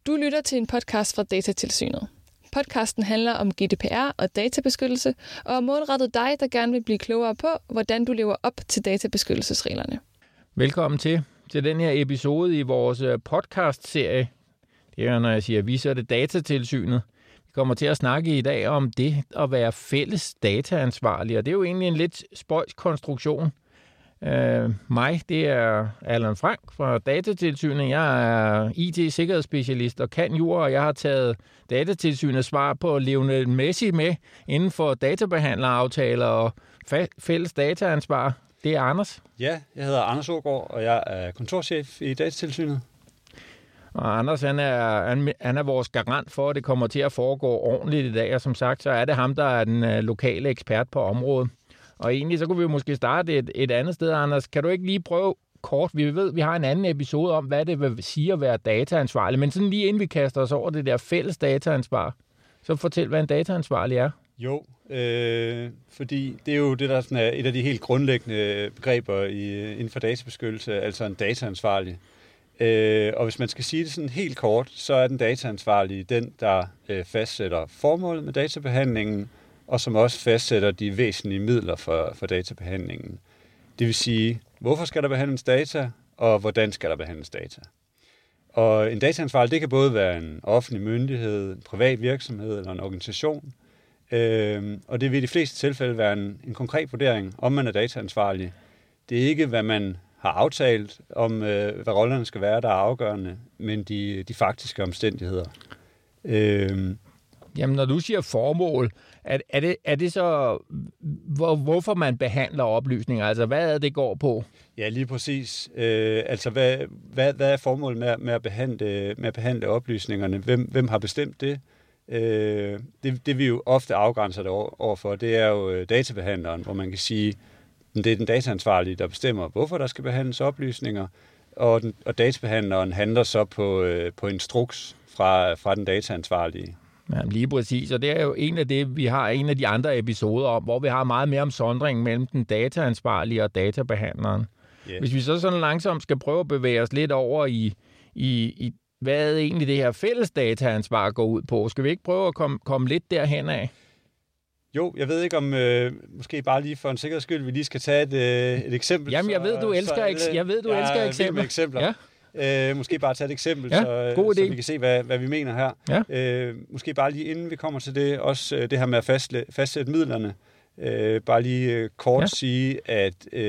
Du lytter til en podcast fra Datatilsynet. Podcasten handler om GDPR og databeskyttelse, og er målrettet dig, der gerne vil blive klogere på, hvordan du lever op til databeskyttelsesreglerne. Velkommen til den her episode i vores podcast-serie. Det er, når jeg siger vi, så er det Datatilsynet. Vi kommer til at snakke i dag om det at være fælles dataansvarlig, og det er jo egentlig en lidt spøjs konstruktion. Mig, det er Allan Frank fra Datatilsynet. Jeg er IT-sikkerhedsspecialist og kan jura, og jeg har taget Datatilsynets svar på Lionel Messi med inden for databehandleraftaler og fælles dataansvar. Det er Anders. Ja, jeg hedder Anders Aagaard, og jeg er kontorchef i Datatilsynet. Og Anders, han er vores garant for, at det kommer til at foregå ordentligt i dag, og som sagt, så er det ham, der er den lokale ekspert på området. Og egentlig, så kunne vi jo måske starte et andet sted, Anders. Kan du ikke lige prøve kort? Vi ved, vi har en anden episode om, hvad det vil sige at være dataansvarlig, men sådan lige inden vi kaster os over det der fælles dataansvar, så fortæl, hvad en dataansvarlig er. Jo, fordi det er jo det, der sådan er et af de helt grundlæggende begreber inden for databeskyttelse, altså en dataansvarlig. Og hvis man skal sige det sådan helt kort, så er den dataansvarlige den, der fastsætter formålet med databehandlingen, og som også fastsætter de væsentlige midler for databehandlingen. Det vil sige, hvorfor skal der behandles data, og hvordan skal der behandles data. Og en dataansvarlig, det kan både være en offentlig myndighed, en privat virksomhed eller en organisation. Og det vil i de fleste tilfælde være en konkret vurdering, om man er dataansvarlig. Det er ikke, hvad man har aftalt om, hvad rollerne skal være, der er afgørende, men de faktiske omstændigheder. Jamen, når du siger formål, er det så, hvorfor man behandler oplysninger? Altså, hvad er det går på? Ja, lige præcis. Altså, hvad er formålet med at behandle oplysningerne? Hvem har bestemt det? Det vi jo ofte afgrænser det overfor, det er jo databehandleren, hvor man kan sige, det er den dataansvarlige, der bestemmer, hvorfor der skal behandles oplysninger, og databehandleren handler så på instruks fra den dataansvarlige. Ja, lige præcis, og det er jo en af de andre episoder om, hvor vi har meget mere om sondringen mellem den dataansvarlige og databehandleren. Yeah. Hvis vi så sådan langsomt skal prøve at bevæge os lidt over i hvad egentlig det her fælles dataansvar går ud på, skal vi ikke prøve at komme lidt derhen af? Jo, jeg ved ikke om, måske bare lige for en sikkerheds skyld, vi lige skal tage et eksempel. Jamen, jeg ved, du elsker eksempler. Ja. Måske bare tage et eksempel, ja, så vi kan se, hvad vi mener her. Ja. Måske bare lige inden vi kommer til det, også det her med at fastsætte midlerne. Bare lige kort sige, at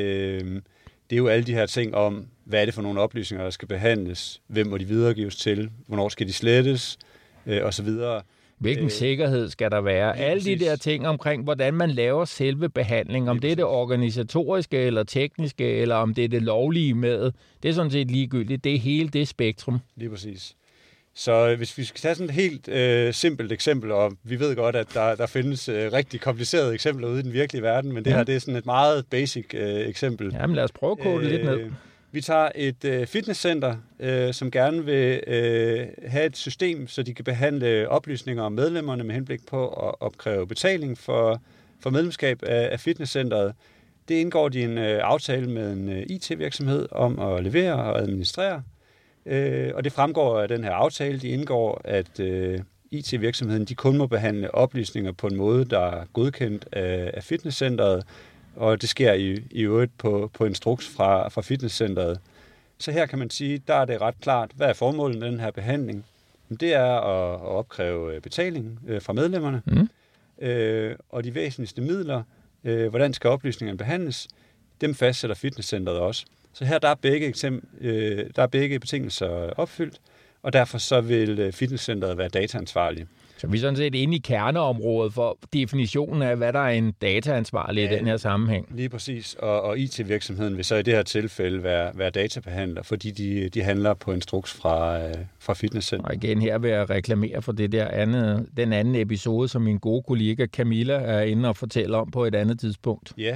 det er jo alle de her ting om, hvad er det for nogle oplysninger, der skal behandles, hvem må de videregives til, hvornår skal de slettes, osv. Hvilken sikkerhed skal der være? Alle de der ting omkring, hvordan man laver selve behandling, om det er det organisatoriske eller tekniske, eller om det er det lovlige med, det er sådan set ligegyldigt. Det er hele det spektrum. Lige præcis. Så hvis vi skal tage sådan et helt simpelt eksempel, og vi ved godt, at der findes rigtig komplicerede eksempler ude i den virkelige verden, men det her det er sådan et meget basic eksempel. Jamen lad os prøve at kode det lidt ned. Vi tager et fitnesscenter, som gerne vil have et system, så de kan behandle oplysninger om medlemmerne med henblik på at opkræve betaling for medlemskab af fitnesscenteret. Det indgår de en aftale med en IT-virksomhed om at levere og administrere. Og det fremgår af den her aftale, de indgår, at IT-virksomheden de kun må behandle oplysninger på en måde, der er godkendt af fitnesscenteret, og det sker i øvrigt på instruks fra fitnesscenteret. Så her kan man sige, der er det ret klart, hvad er formålet med den her behandling? Det er at opkræve betaling fra medlemmerne, og de væsentligste midler, hvordan skal oplysningerne behandles, dem fastsætter fitnesscenteret også. Så her der er begge betingelser opfyldt, og derfor så vil fitnesscenteret være dataansvarlig. Så vi er sådan set inde i kerneområdet for definitionen af, hvad der er en dataansvarlig i den her sammenhæng. Lige præcis, og IT-virksomheden vil så i det her tilfælde være databehandler, fordi de handler på instruks fra fitnesscenter. Og igen her vil jeg reklamere for den anden episode, som min gode kollega Camilla er inde og fortæller om på et andet tidspunkt. Ja,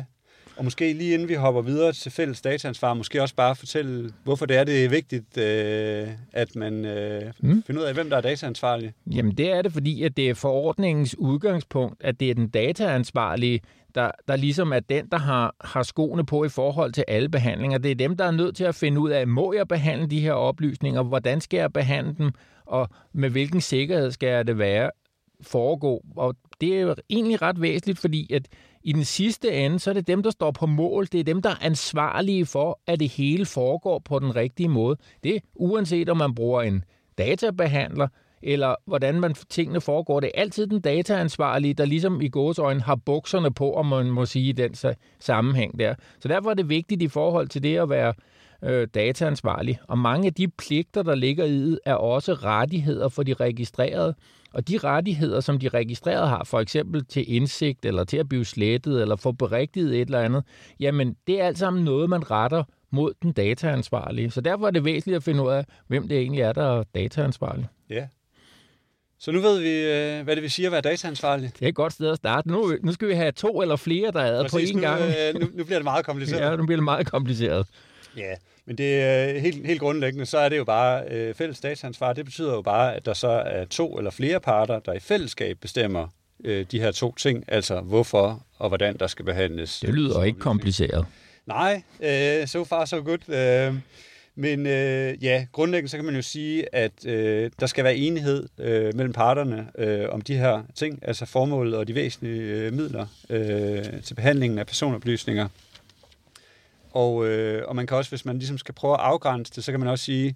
Og måske lige inden vi hopper videre til fælles dataansvar, måske også bare fortælle, hvorfor det er vigtigt, at man finder ud af, hvem der er dataansvarlig. Jamen det er det, fordi at det er forordningens udgangspunkt, at det er den dataansvarlige, der ligesom er den, der har skoene på i forhold til alle behandlinger. Det er dem, der er nødt til at finde ud af, må jeg behandle de her oplysninger, hvordan skal jeg behandle dem, og med hvilken sikkerhed skal det foregå. Og det er jo egentlig ret væsentligt, fordi at i den sidste ende, så er det dem, der står på mål. Det er dem, der er ansvarlige for, at det hele foregår på den rigtige måde. Det er uanset om man bruger en databehandler, eller hvordan tingene foregår. Det er altid den dataansvarlige, der ligesom i gåseøjne har bukserne på, om man må sige, i den sammenhæng der. Så derfor er det vigtigt i forhold til det at være dataansvarlig. Og mange af de pligter, der ligger i det, er også rettigheder for de registrerede. Og de rettigheder, som de registrerede har, for eksempel til indsigt, eller til at blive slettet, eller få berigtiget et eller andet, jamen det er alt sammen noget, man retter mod den dataansvarlige. Så derfor er det væsentligt at finde ud af, hvem det egentlig er, der er dataansvarlig. Ja. Så nu ved vi, hvad det vil sige at være dataansvarlig. Det er et godt sted at starte. Nu skal vi have 2 eller flere, der er på én gang. Nu bliver det meget kompliceret. Ja, nu bliver det meget kompliceret. Ja, men det er helt grundlæggende, så er det jo bare fælles dataansvar. Det betyder jo bare, at der så er 2 eller flere parter, der i fællesskab bestemmer de her 2 ting, altså hvorfor og hvordan der skal behandles. Det lyder ikke kompliceret. Nej, so far so good. Men grundlæggende så kan man jo sige, at der skal være enighed mellem parterne om de her ting, altså formålet og de væsentlige midler til behandlingen af personoplysninger. Og man kan også, hvis man ligesom skal prøve at afgrænse det, så kan man også sige,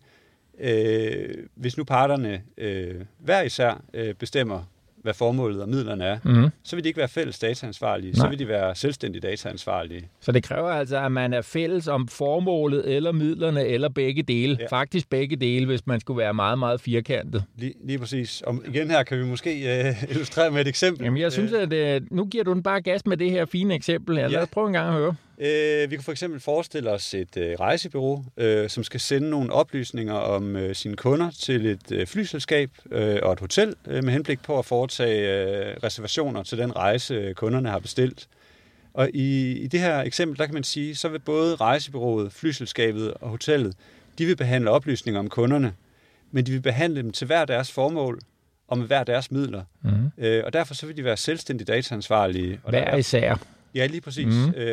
hvis nu parterne hver især bestemmer, hvad formålet og midlerne er, så vil de ikke være fælles dataansvarlige, så vil de være selvstændige dataansvarlige. Så det kræver altså, at man er fælles om formålet eller midlerne eller begge dele. Ja. Faktisk begge dele, hvis man skulle være meget, meget firkantet. Lige præcis. Og igen her kan vi måske illustrere med et eksempel. Jamen jeg synes, at nu giver du den bare gas med det her fine eksempel. Lad os prøve en gang at høre. Vi kan for eksempel forestille os et rejsebureau, som skal sende nogle oplysninger om sine kunder til et flyselskab og et hotel med henblik på at foretage reservationer til den rejse, kunderne har bestilt. Og i det her eksempel, der kan man sige, så vil både rejsebureauet, flyselskabet og hotellet, de vil behandle oplysninger om kunderne, men de vil behandle dem til hver deres formål og med hver deres midler. Og derfor så vil de være selvstændige dataansvarlige. Hver især. Ja, lige præcis.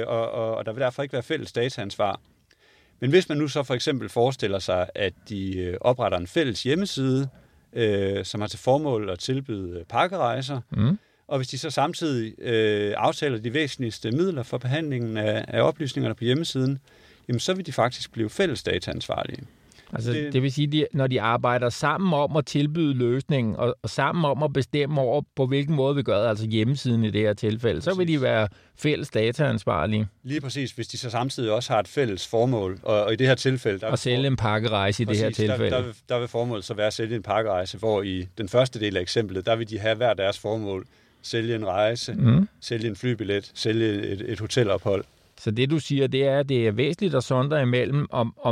Og der vil derfor ikke være fælles dataansvar. Men hvis man nu så for eksempel forestiller sig, at de opretter en fælles hjemmeside, som har til formål at tilbyde pakkerejser, og hvis de så samtidig aftaler de væsentligste midler for behandlingen af oplysningerne på hjemmesiden, jamen så vil de faktisk blive fælles dataansvarlige. Altså, det vil sige, når de arbejder sammen om at tilbyde løsningen, og sammen om at bestemme over, på hvilken måde vi gør det, altså hjemmesiden i det her tilfælde, så vil de være fælles dataansvarlige. Lige præcis, hvis de så samtidig også har et fælles formål, og i det her tilfælde... Og sælge en pakkerejse i det her tilfælde. Der vil formålet så være at sælge en pakkerejse, hvor i den første del af eksemplet, der vil de have hver deres formål. Sælge en rejse, sælge en flybillet, sælge et hotelophold. Så det du siger, det er, at det er væsentligt at sondre imellem,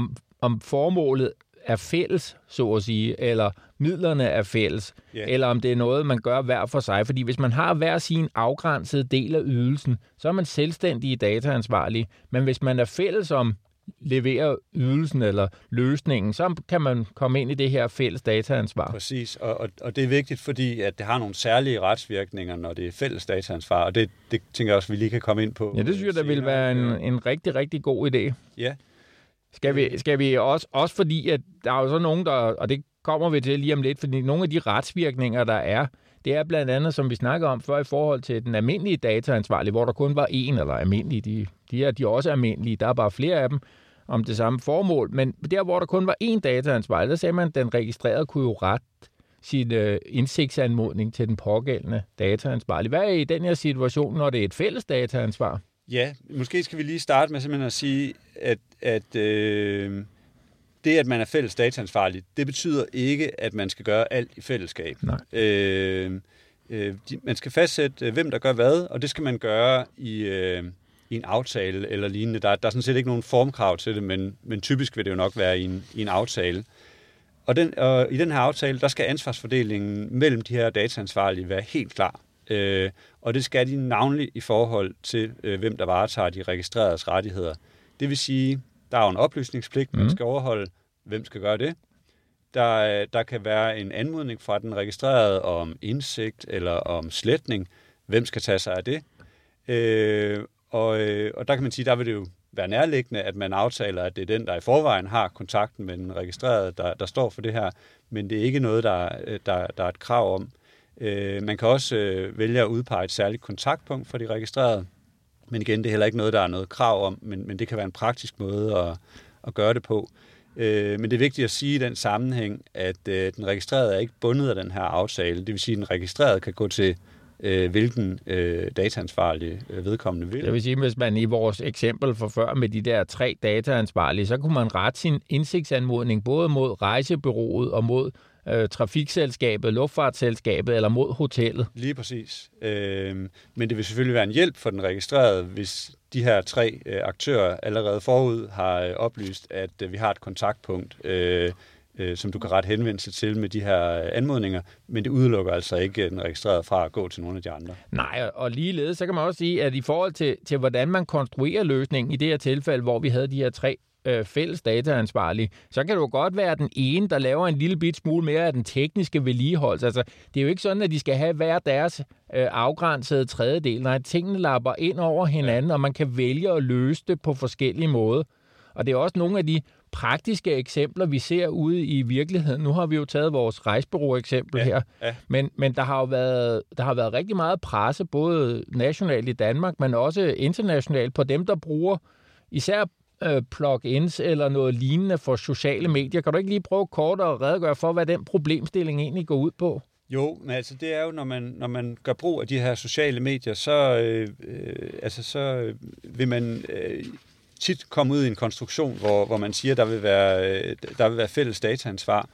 om formålet er fælles, så at sige, eller midlerne er fælles, eller om det er noget, man gør hver for sig. Fordi hvis man har hver sin afgrænsede del af ydelsen, så er man selvstændig dataansvarlig. Men hvis man er fælles om leverer ydelsen eller løsningen, så kan man komme ind i det her fælles dataansvar. Præcis, og det er vigtigt, fordi at det har nogle særlige retsvirkninger, når det er fælles dataansvar, og det tænker jeg også, vi lige kan komme ind på. Ja, det synes jeg, der vil være en rigtig, rigtig god idé. Ja. Skal vi også fordi, at der er jo så nogen, og det kommer vi til lige om lidt, fordi nogle af de retsvirkninger, der er, det er blandt andet, som vi snakker om før, i forhold til den almindelige dataansvarlige, hvor der kun var én, eller almindelige, de er også almindelige, der er bare flere af dem om det samme formål, men der, hvor der kun var én dataansvarlig, der sagde man, at den registrerede kunne jo rette sin indsigtsanmodning til den pågældende dataansvarlige. Hvad er i den her situation, når det er et fælles dataansvar? Ja, måske skal vi lige starte med simpelthen at sige, at det, at man er fælles dataansvarlig, det betyder ikke, at man skal gøre alt i fællesskab. Man skal fastsætte, hvem der gør hvad, og det skal man gøre i en aftale eller lignende. Der er sådan set ikke nogen formkrav til det, men typisk vil det jo nok være i en aftale. Og i den her aftale, der skal ansvarsfordelingen mellem de her dataansvarlige være helt klar. Og det skal de navnlig i forhold til, hvem der varetager de registreredes rettigheder. Det vil sige, der er jo en oplysningspligt, man skal overholde. Hvem skal gøre det? Der kan være en anmodning fra den registrerede om indsigt eller om sletning. Hvem skal tage sig af det? Og der kan man sige, der vil det jo være nærliggende, at man aftaler, at det er den, der i forvejen har kontakten med den registrerede, der står for det her. Men det er ikke noget, der er et krav om. Man kan også vælge at udpege et særligt kontaktpunkt for de registrerede. Men igen, det er heller ikke noget, der er noget krav om, men det kan være en praktisk måde at gøre det på. Men det er vigtigt at sige i den sammenhæng, at den registrerede er ikke bundet af den her aftale. Det vil sige, at den registrerede kan gå til hvilken dataansvarlige vedkommende vil. Det vil sige, hvis man i vores eksempel fra før med de der 3 dataansvarlige, så kunne man rette sin indsigtsanmodning både mod rejsebureauet og mod trafikselskabet, luftfartsselskabet eller mod hotellet. Lige præcis. Men det vil selvfølgelig være en hjælp for den registrerede, hvis de her 3 aktører allerede forud har oplyst, at vi har et kontaktpunkt, som du kan rette henvendelse til med de her anmodninger, men det udelukker altså ikke den registrerede fra at gå til nogle af de andre. Nej, og ligeledes, så kan man også sige, at i forhold til hvordan man konstruerer løsningen i det her tilfælde, hvor vi havde de her 3 fælles dataansvarlige, så kan det jo godt være den ene, der laver en lille bit smule mere af den tekniske vedligeholdelse. Altså, det er jo ikke sådan, at de skal have hver deres afgrænsede tredjedel. Nej, tingene lapper ind over hinanden, og man kan vælge at løse det på forskellige måder. Og det er også nogle af de praktiske eksempler, vi ser ude i virkeligheden. Nu har vi jo taget vores rejsebureau-eksempel her, men der har været rigtig meget presse, både nationalt i Danmark, men også internationalt på dem, der bruger især plugins eller noget lignende for sociale medier. Kan du ikke lige prøve kort at redegøre for, hvad den problemstilling egentlig går ud på? Jo, men altså det er jo, når man gør brug af de her sociale medier, så vil man tit komme ud i en konstruktion, hvor man siger, der vil være fælles dataansvar.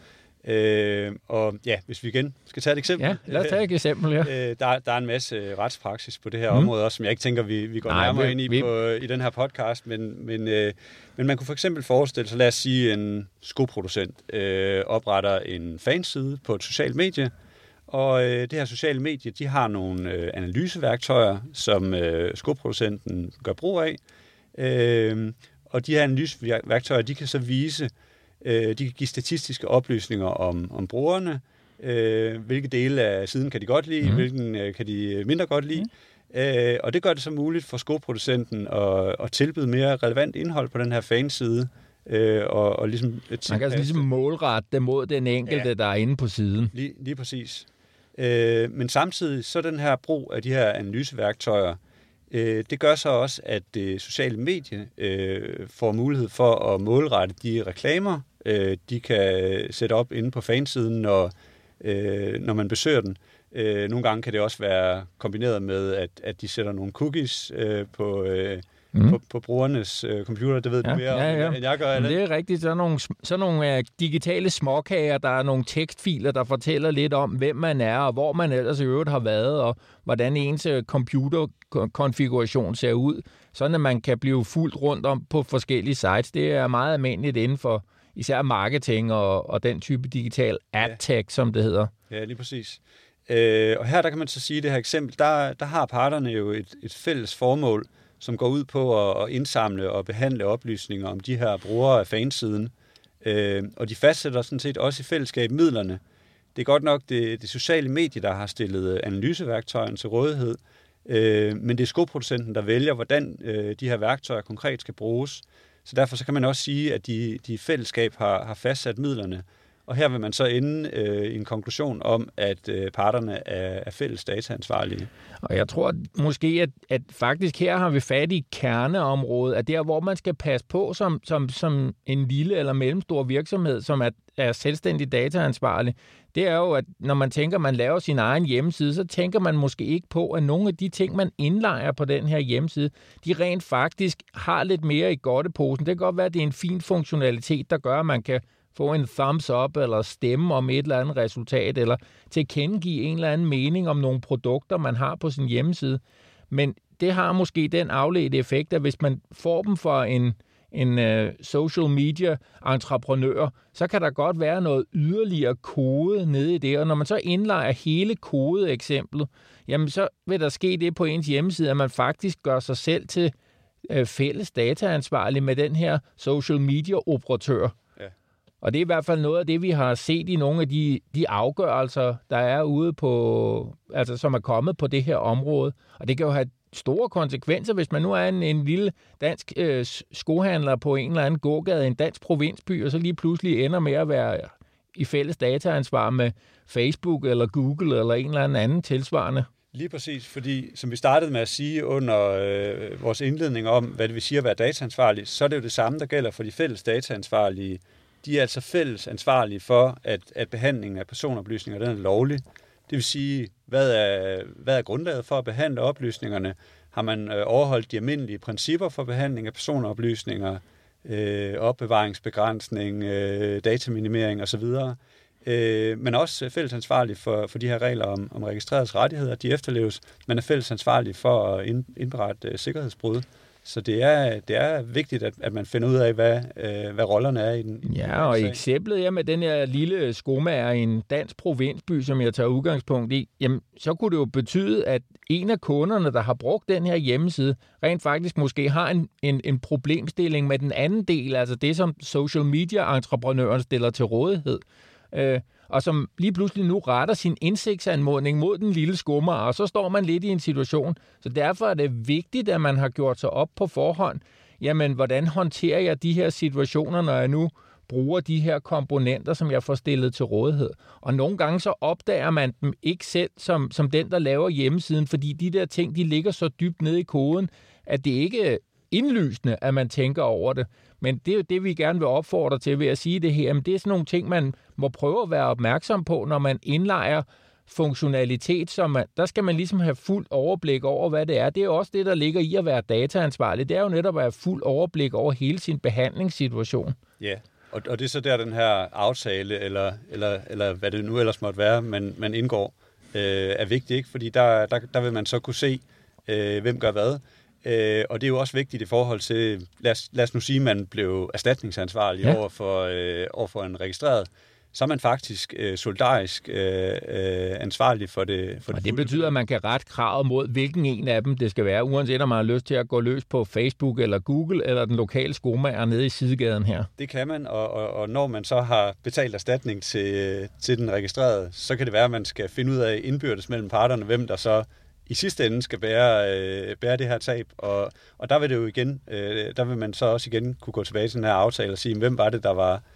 Og ja, hvis vi igen skal tage et eksempel. Ja, lad os tage et eksempel, ja. Der er en masse retspraksis på det her område også, som jeg ikke tænker, vi går nærmere ind i den her podcast, men man kunne for eksempel forestille sig, lad os sige, en skoproducent opretter en fanside på et socialt medie, og det her sociale medie, de har nogle analyseværktøjer, som skoproducenten gør brug af, og de her analyseværktøjer, de kan så vise, de kan give statistiske oplysninger om brugerne, hvilke dele af siden kan de godt lide, hvilken kan de mindre godt lide. Og det gør det så muligt for skoproducenten at tilbyde mere relevant indhold på den her fanside. Og ligesom man kan altså ligesom målrette det mod den enkelte, der er inde på siden. Lige præcis. Men samtidig så den her brug af de her analyseværktøjer, det gør så også, at det sociale medie får mulighed for at målrette de reklamer, de kan sætte op inde på fansiden, når man besøger den. Nogle gange kan det også være kombineret med, at de sætter nogle cookies på brugernes computer. Det ved du mere om, end jeg gør. Det er rigtigt. Sådan nogle digitale småkager, der er nogle tekstfiler, der fortæller lidt om, hvem man er, og hvor man ellers i øvrigt har været, og hvordan ens computerkonfiguration ser ud, sådan at man kan blive fuldt rundt om på forskellige sites. Det er meget almindeligt inden for især marketing og den type digital ad-tech, som det hedder. Ja, lige præcis. Og her der kan man så sige, det her eksempel, der har parterne jo et fælles formål, som går ud på at indsamle og behandle oplysninger om de her brugere af fansiden. Og de fastsætter sådan set også i fællesskab midlerne. Det er godt nok det sociale medie, der har stillet analyseværktøjerne til rådighed, men det er skoproducenten, der vælger, hvordan de her værktøjer konkret skal bruges. Så derfor så kan man også sige, at de i fællesskab har fastsat midlerne. Og her vil man så ende i en konklusion om, at parterne er fælles dataansvarlige. Og jeg tror måske, at faktisk her har vi fat i kerneområdet, at der, hvor man skal passe på som en lille eller mellemstor virksomhed, som er selvstændig dataansvarlig, det er jo, at når man tænker, man laver sin egen hjemmeside, så tænker man måske ikke på, at nogle af de ting, man indlejer på den her hjemmeside, de rent faktisk har lidt mere i godteposen. Det kan godt være, at det er en fin funktionalitet, der gør, at man kan få en thumbs up, eller stemme om et eller andet resultat, eller tilkendegive en eller anden mening om nogle produkter, man har på sin hjemmeside. Men det har måske den afledte effekt, at hvis man får dem for en social media entreprenør, så kan der godt være noget yderligere kode nede i det, og når man så indlejer hele kodeeksemplet, jamen så vil der ske det på ens hjemmeside, at man faktisk gør sig selv til fælles dataansvarlig med den her social media operatør. Ja. Og det er i hvert fald noget af det, vi har set i nogle af de afgørelser, der er ude på, altså som er kommet på det her område. Og det kan jo have store konsekvenser, hvis man nu er en lille dansk skohandler på en eller anden gågade i en dansk provinsby, og så lige pludselig ender med at være i fælles dataansvar med Facebook eller Google eller en eller anden tilsvarende. Lige præcis, fordi som vi startede med at sige under vores indledning om, hvad det vil sige at være dataansvarlig, så er det jo det samme, der gælder for de fælles dataansvarlige. De er altså fælles ansvarlige for, at behandlingen af personoplysninger den er lovlig. Det vil sige, hvad er grundlaget for at behandle oplysningerne? Har man overholdt de almindelige principper for behandling af personoplysninger, opbevaringsbegrænsning, dataminimering osv., men også fælles ansvarlig for de her regler om registreredes rettigheder, de efterleves. Man er fælles ansvarlig for at indberette sikkerhedsbrud. Så det er vigtigt, at man finder ud af, hvad rollerne er i den. Ja, og eksemplet med den her lille skomager i en dansk provinsby, som jeg tager udgangspunkt i, jamen, så kunne det jo betyde, at en af kunderne, der har brugt den her hjemmeside, rent faktisk måske har en problemstilling med den anden del, altså det, som social media-entreprenøren stiller til rådighed. Og som lige pludselig nu retter sin indsigtsanmodning mod den lille skummer, og så står man lidt i en situation. Så derfor er det vigtigt, at man har gjort sig op på forhånd. Jamen, hvordan håndterer jeg de her situationer, når jeg nu bruger de her komponenter, som jeg får stillet til rådighed? Og nogle gange så opdager man dem ikke selv som den, der laver hjemmesiden, fordi de der ting, de ligger så dybt nede i koden, at det ikke er indlysende, at man tænker over det. Men det er jo det, vi gerne vil opfordre til ved at sige det her. Men det er sådan nogle ting, man må prøve at være opmærksom på, når man indlejer funktionalitet. Der skal man ligesom have fuld overblik over, hvad det er. Det er jo også det, der ligger i at være dataansvarlig. Det er jo netop at have fuld overblik over hele sin behandlingssituation. Ja, og det er så der, den her aftale, eller hvad det nu ellers måtte være, man indgår, er vigtigt, ikke? Fordi der vil man så kunne se, hvem gør hvad. Og det er jo også vigtigt i forhold til, lad os nu sige, at man blev erstatningsansvarlig over for en registreret, så er man faktisk solidarisk ansvarlig for det. Og det betyder, at man kan rette kravet mod, hvilken en af dem det skal være, uanset om man har lyst til at gå løs på Facebook eller Google eller den lokale skomager nede i sidegaden her. Det kan man, og når man så har betalt erstatning til den registrerede, så kan det være, at man skal finde ud af indbyrdes mellem parterne, hvem der så i sidste ende skal bære det her tab, og der vil det jo igen, der vil man så også igen kunne gå tilbage til den her aftale og sige, hvem var det,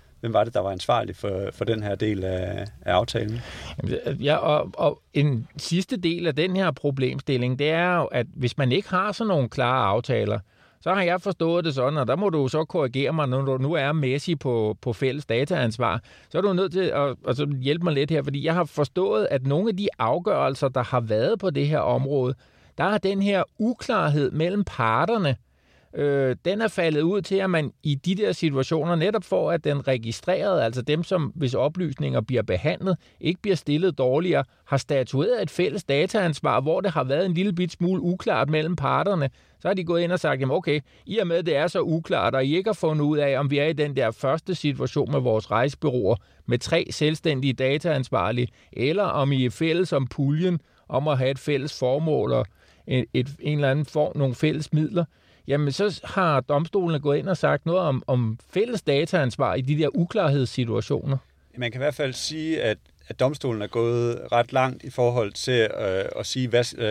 der var ansvarlig for den her del af aftalen? Ja, og en sidste del af den her problemstilling, det er jo, at hvis man ikke har sådan nogle klare aftaler, så har jeg forstået det sådan, og der må du så korrigere mig, når du nu er Messi på fælles dataansvar, så er du nødt til at hjælpe mig lidt her, fordi jeg har forstået, at nogle af de afgørelser, der har været på det her område, der er den her uklarhed mellem parterne, den er faldet ud til, at man i de der situationer netop for, at den registrerede, altså dem, som hvis oplysninger bliver behandlet, ikke bliver stillet dårligere, har statueret et fælles dataansvar, hvor det har været en lille bit smule uklart mellem parterne. Så har de gået ind og sagt, jamen okay, i og med, at det er så uklart, og I ikke har fundet ud af, om vi er i den der første situation med vores rejsebureauer med 3 selvstændige dataansvarlige, eller om I er fælles om puljen, om at have et fælles formål og en eller anden form, nogle fælles midler, jamen så har domstolene gået ind og sagt noget om fælles dataansvar i de der uklarhedssituationer. Man kan i hvert fald sige, at domstolen er gået ret langt i forhold til at sige,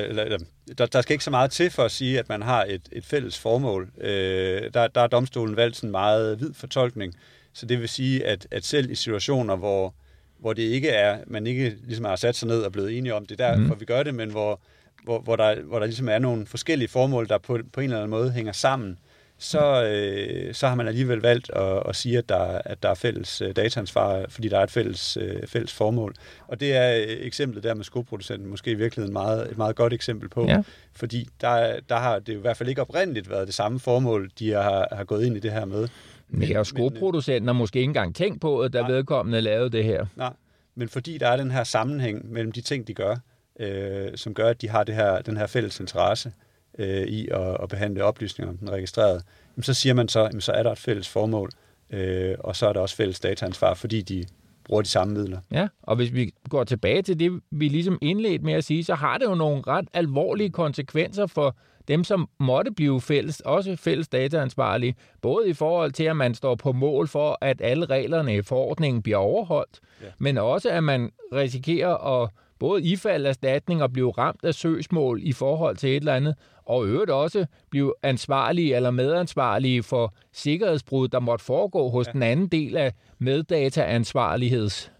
der skal ikke så meget til for at sige, at man har et fælles formål. Der er domstolen valgt sådan en meget vid fortolkning, så det vil sige, at selv i situationer, hvor det ikke er, man ikke ligesom har sat sig ned og blevet enige om, det er derfor, vi gør det, men hvor der ligesom er nogle forskellige formål, der på en eller anden måde hænger sammen, så har man alligevel valgt at sige, at der er fælles dataansvar, fordi der er et fælles formål. Og det er eksemplet der med skoproducenten måske i virkeligheden et meget godt eksempel på, fordi der har det i hvert fald ikke oprindeligt været det samme formål, de har gået ind i det her med. Men skoproducenten har måske ikke engang tænkt på, at der vedkommende lavede det her. Nej, men fordi der er den her sammenhæng mellem de ting, de gør, som gør, at de har den her fælles interesse, i at behandle oplysninger om den registrerede, så siger man så er der et fælles formål, og så er der også fælles dataansvar, fordi de bruger de samme midler. Ja, og hvis vi går tilbage til det, vi ligesom indledte med at sige, så har det jo nogle ret alvorlige konsekvenser for dem, som måtte blive også fælles dataansvarlige, både i forhold til, at man står på mål for, at alle reglerne i forordningen bliver overholdt, men også, at man risikerer at både ifalde erstatning og blive ramt af søgsmål i forhold til et eller andet, og i øvrigt også blive ansvarlige eller medansvarlige for sikkerhedsbrud, der måtte foregå hos den anden del af meddata-ansvarligheds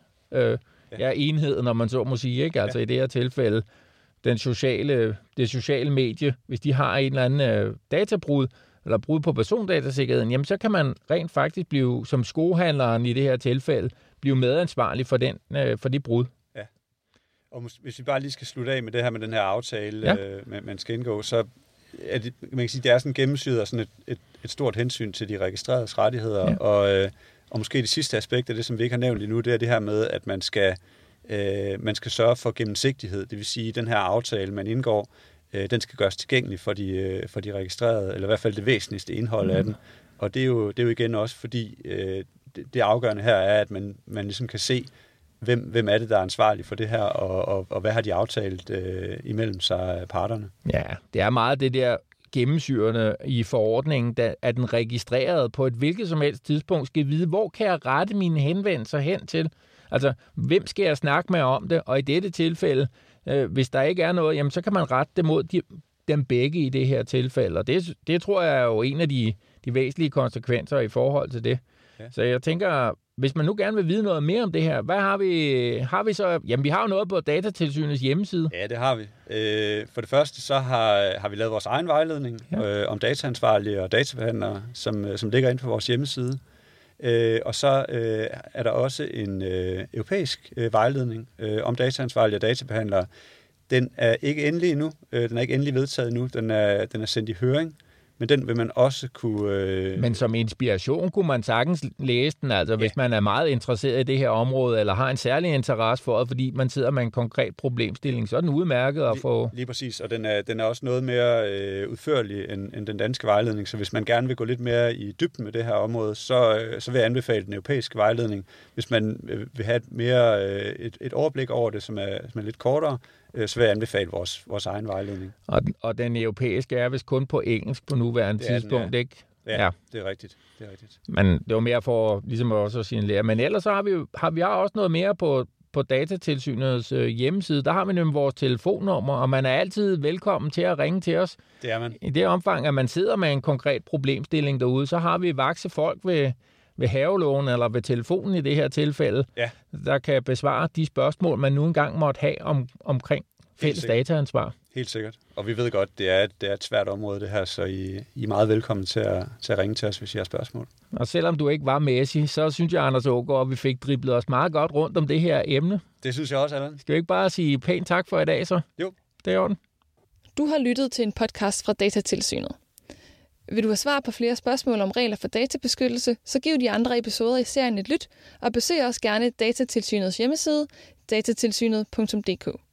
enheden, når man så må sige, ikke? Altså i det her tilfælde, det sociale medie, hvis de har en eller anden databrud, eller brud på persondatasikkerheden, jamen så kan man rent faktisk blive, som skohandleren i det her tilfælde, blive medansvarlig for det brud. Ja. Og hvis vi bare lige skal slutte af med det her med den her aftale, man skal indgå, så er det, man kan sige, det er sådan gennemsyret af sådan et stort hensyn til de registreredes rettigheder, og måske det sidste aspekt af det, som vi ikke har nævnt endnu, det er det her med, at man skal sørge for gennemsigtighed. Det vil sige, at den her aftale, man indgår, den skal gøres tilgængelig for de registrerede, eller i hvert fald det væsentligste indhold af den. Og det er jo igen også, fordi det afgørende her er, at man ligesom kan se, hvem er det, der er ansvarlig for det her, og hvad har de aftalt imellem sig parterne. Ja, det er meget det der gennemsyrende i forordningen, at den registrerede på et hvilket som helst tidspunkt skal vide, hvor kan jeg rette mine henvendelser hen til? Altså, hvem skal jeg snakke med om det? Og i dette tilfælde, hvis der ikke er noget, jamen så kan man rette det mod dem begge i det her tilfælde. Og det tror jeg er jo en af de væsentlige konsekvenser i forhold til det. Ja. Så jeg tænker, hvis man nu gerne vil vide noget mere om det her, hvad har vi så? Jamen, vi har jo noget på Datatilsynets hjemmeside. Ja, det har vi. For det første, så har vi lavet vores egen vejledning om dataansvarlige og databehandlere, som ligger inde på vores hjemmeside. Og så er der også en europæisk vejledning om dataansvarlige og databehandlere. Den er ikke endelig endnu. Den er ikke endelig vedtaget endnu. Den er sendt i høring. Men den vil man også kunne... Men som inspiration kunne man sagtens læse den, altså hvis man er meget interesseret i det her område, eller har en særlig interesse for det, fordi man sidder med en konkret problemstilling, så er den udmærket at få... Lige præcis, og den er også noget mere udførlig end den danske vejledning, så hvis man gerne vil gå lidt mere i dybden med det her område, så vil jeg anbefale den europæiske vejledning. Hvis man vil have et overblik over det, som er lidt kortere, så vil jeg anbefale vores egen vejledning. Og den europæiske er vist kun på engelsk på nuværende tidspunkt, ikke? Ja, det er rigtigt. Men det var mere for ligesom også at signalere. Men ellers så har vi også noget mere på Datatilsynets hjemmeside. Der har vi nemlig vores telefonnummer, og man er altid velkommen til at ringe til os. Det er man. I det omfang, at man sidder med en konkret problemstilling derude, så har vi vakse folk ved havelågen eller ved telefonen i det her tilfælde, der kan besvare de spørgsmål, man nu engang måtte have omkring fælles dataansvar. Helt sikkert. Og vi ved godt, det er et svært område det her, så I er meget velkommen til at ringe til os, hvis I har spørgsmål. Og selvom du ikke var Messi, så synes jeg, Anders Aagaard, at vi fik driblet os meget godt rundt om det her emne. Det synes jeg også, Allan. Skal vi ikke bare sige pænt tak for i dag, så? Jo. Det er i orden. Du har lyttet til en podcast fra Datatilsynet. Vil du have svar på flere spørgsmål om regler for databeskyttelse, så giv de andre episoder i serien et lyt, og besøg også gerne Datatilsynets hjemmeside, datatilsynet.dk.